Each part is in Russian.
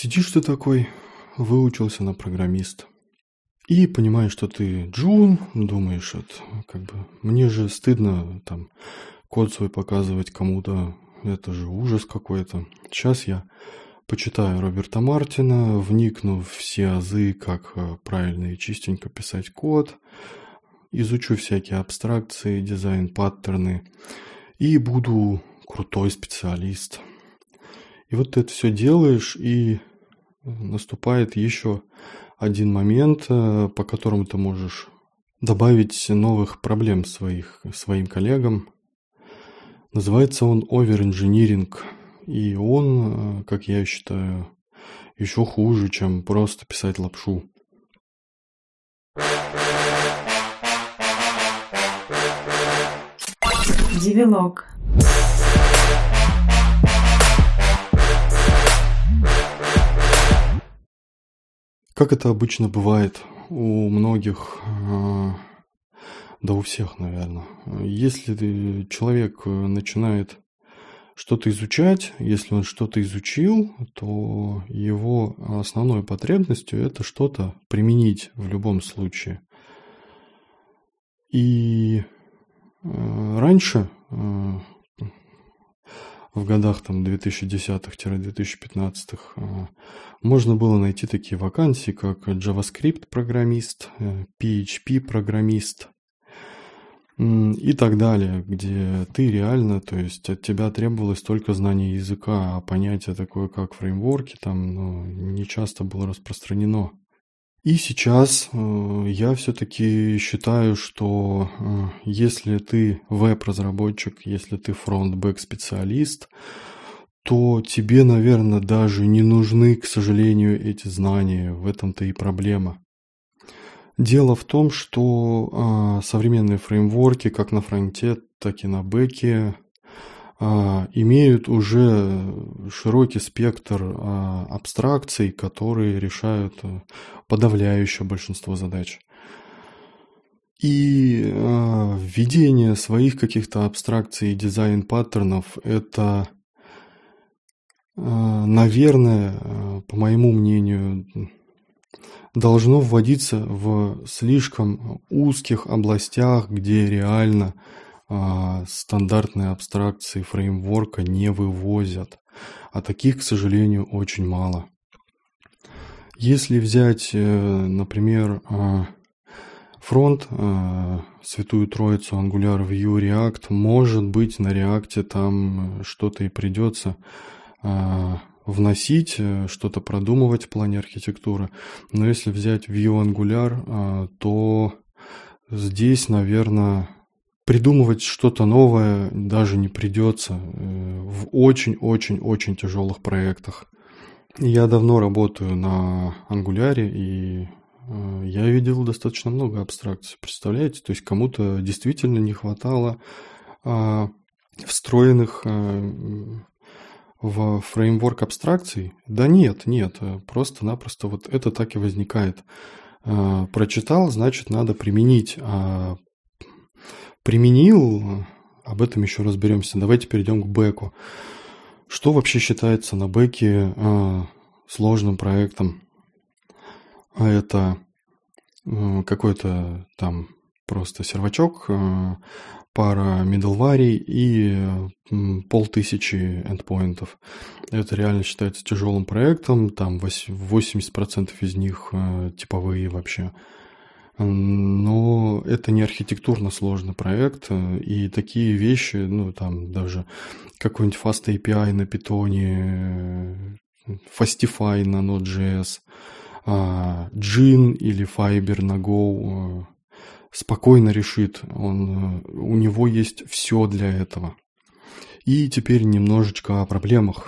Сидишь ты такой, выучился на программиста. И понимаешь, что ты джун, думаешь, мне же стыдно там код свой показывать кому-то, это же ужас какой-то. Сейчас я почитаю Роберта Мартина, вникну в все азы, как правильно и чистенько писать код, изучу всякие абстракции, дизайн-паттерны и буду крутой специалист. И вот ты это все делаешь, и наступает еще один момент, по которому ты можешь добавить новых проблем своим коллегам. Называется он оверинжиниринг. И он, как я считаю, еще хуже, чем просто писать лапшу. Девилог. Как это обычно бывает у многих, да у всех, наверное. Если человек начинает что-то изучать, если он что-то изучил, то его основной потребностью это что-то применить в любом случае. И раньше, в годах там 2010-2015, можно было найти такие вакансии, как JavaScript-программист, PHP-программист и так далее, где ты реально, то есть от тебя требовалось только знание языка, а понятие такое, как фреймворки, там не часто было распространено. И сейчас я все-таки считаю, что если ты веб-разработчик, если ты фронт-бэк-специалист, то тебе, наверное, даже не нужны, к сожалению, эти знания. В этом-то и проблема. Дело в том, что современные фреймворки, как на фронте, так и на бэке, имеют уже широкий спектр абстракций, которые решают подавляющее большинство задач. И введение своих каких-то абстракций и дизайн-паттернов – это, наверное, по моему мнению, должно вводиться в слишком узких областях, где реально стандартные абстракции фреймворка не вывозят. А таких, к сожалению, очень мало. Если взять, например, фронт, Святую Троицу, Angular, Vue, React, может быть, на React там что-то и придется вносить, что-то продумывать в плане архитектуры. Но если взять Vue, Angular, то здесь, наверное, придумывать что-то новое даже не придется в очень-очень-очень тяжелых проектах. Я давно работаю на Angular, и я видел достаточно много абстракций. Представляете? То есть кому-то действительно не хватало встроенных в фреймворк абстракций? Да нет, просто-напросто вот это так и возникает. Прочитал, значит, надо применить. Применил, об этом еще разберемся. Давайте перейдем к бэку. Что вообще считается на бэке сложным проектом? Это какой-то там просто сервачок, пара middleware и 5000 эндпоинтов. Это реально считается тяжелым проектом, там 80% из них типовые вообще. Но это не архитектурно сложный проект, и такие вещи, там даже какой-нибудь Fast API на Python, Fastify на Node.js, Gin или Fiber на Go спокойно решит. У него есть все для этого. И теперь немножечко о проблемах.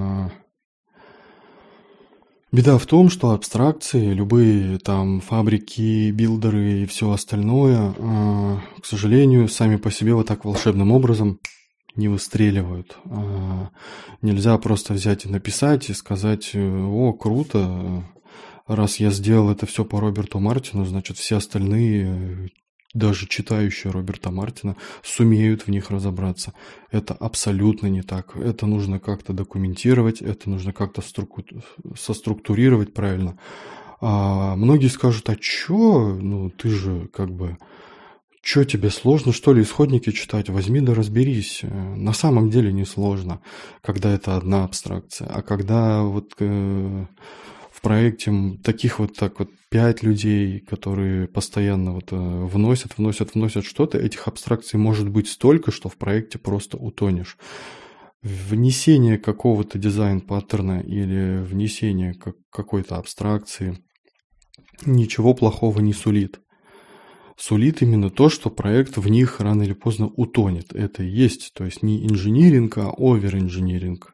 Беда в том, что абстракции, любые там фабрики, билдеры и все остальное, к сожалению, сами по себе вот так волшебным образом не выстреливают. Нельзя просто взять и написать и сказать: о, круто, раз я сделал это все по Роберту Мартину, значит все остальные даже читающие Роберта Мартина, сумеют в них разобраться. Это абсолютно не так. Это нужно как-то документировать, это нужно как-то соструктурировать правильно. А многие скажут, а чё? Ну, ты же как бы... Чё тебе сложно, что ли, исходники читать? Возьми да разберись. На самом деле не сложно, когда это одна абстракция. А когда вот в проекте таких вот так вот 5 людей, которые постоянно вот вносят что-то, этих абстракций может быть столько, что в проекте просто утонешь. Внесение какого-то дизайн-паттерна или внесение какой-то абстракции ничего плохого не сулит. Сулит именно то, что проект в них рано или поздно утонет. Это и есть, то есть не инжиниринг, а овер-инжиниринг.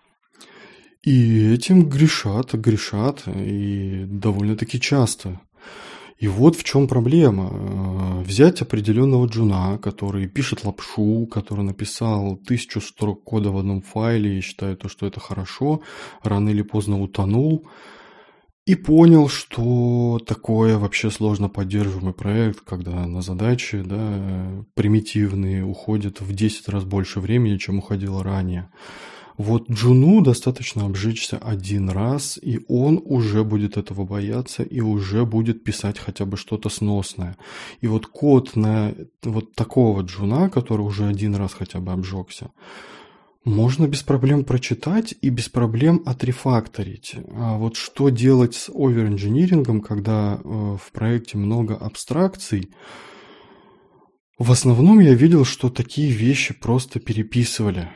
И этим грешат, и довольно-таки часто. И вот в чем проблема. Взять определенного джуна, который пишет лапшу, который написал 1000 строк кода в одном файле и считает, что это хорошо, рано или поздно утонул, и понял, что такое вообще сложно поддерживаемый проект, когда на задачи, примитивные уходят в 10 раз больше времени, чем уходило ранее. Вот джуну достаточно обжечься один раз, и он уже будет этого бояться, и уже будет писать хотя бы что-то сносное. И вот код на вот такого джуна, который уже один раз хотя бы обжегся, можно без проблем прочитать и без проблем отрефакторить. А вот что делать с оверинжинирингом, когда в проекте много абстракций? В основном я видел, что такие вещи просто переписывали.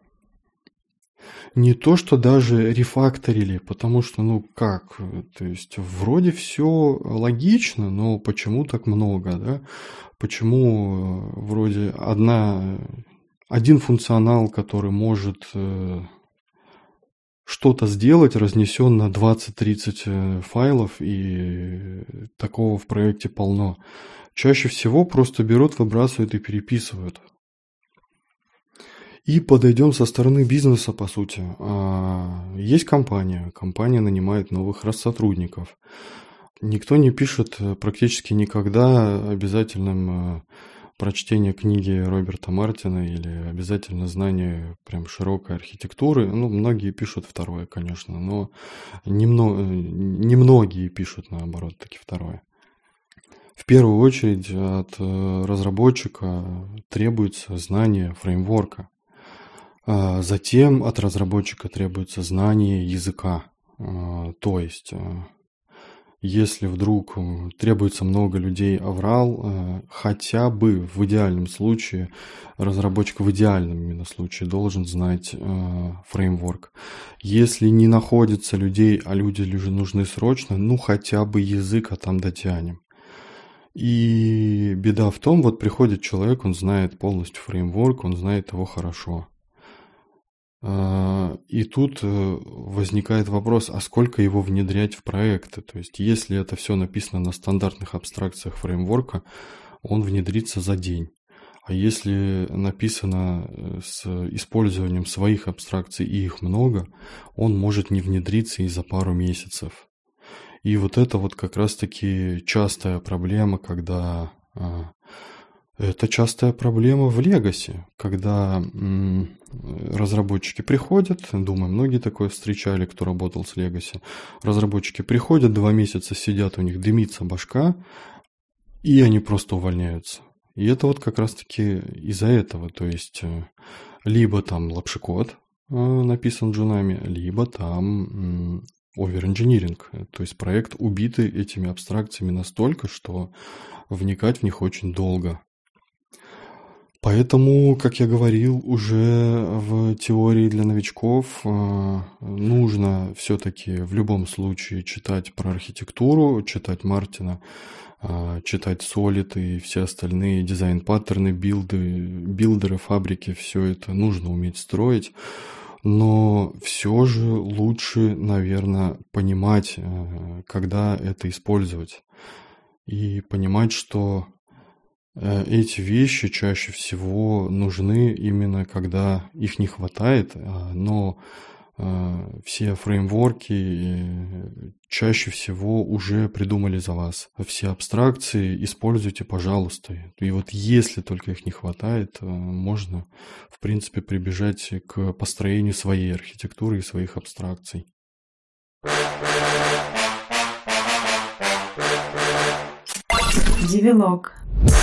Не то, что даже рефакторили, потому что, то есть вроде все логично, но почему так много, да? Почему вроде один функционал, который может что-то сделать, разнесен на 20-30 файлов, и такого в проекте полно. Чаще всего просто берут, выбрасывают и переписывают. И подойдем со стороны бизнеса, по сути. Есть компания нанимает новых сотрудников. Никто не пишет практически никогда обязательным прочтение книги Роберта Мартина или обязательно знание прям широкой архитектуры. Многие пишут второе, конечно, но немногие пишут, наоборот, таки второе. В первую очередь от разработчика требуется знание фреймворка. Затем от разработчика требуется знание языка. То есть, если вдруг требуется много людей аврал, хотя бы в идеальном случае, разработчик в идеальном именно случае должен знать фреймворк. Если не находится людей, а люди нужны срочно, хотя бы язык, а там дотянем. И беда в том, вот приходит человек, он знает полностью фреймворк, он знает его хорошо. И тут возникает вопрос, а сколько его внедрять в проекты? То есть, если это все написано на стандартных абстракциях фреймворка, он внедрится за день. А если написано с использованием своих абстракций и их много, он может не внедриться и за пару месяцев. И вот это вот как раз-таки частая проблема, когда... Это частая проблема в Legacy, когда разработчики приходят, думаю, многие такое встречали, кто работал с Legacy. Разработчики приходят, 2 месяца сидят, у них дымится башка, и они просто увольняются. И это вот как раз-таки из-за этого, то есть либо там лапшикод написан джунами, либо там оверинжиниринг, то есть проект убитый этими абстракциями настолько, что вникать в них очень долго. Поэтому, как я говорил, уже в теории для новичков нужно все-таки в любом случае читать про архитектуру, читать Мартина, читать Solid и все остальные дизайн-паттерны, билдеры, фабрики, все это нужно уметь строить. Но все же лучше, наверное, понимать, когда это использовать. И понимать, что эти вещи чаще всего нужны именно когда их не хватает, но все фреймворки чаще всего уже придумали за вас. Все абстракции используйте, пожалуйста. И вот если только их не хватает, можно, в принципе, прибежать к построению своей архитектуры и своих абстракций. Девилог.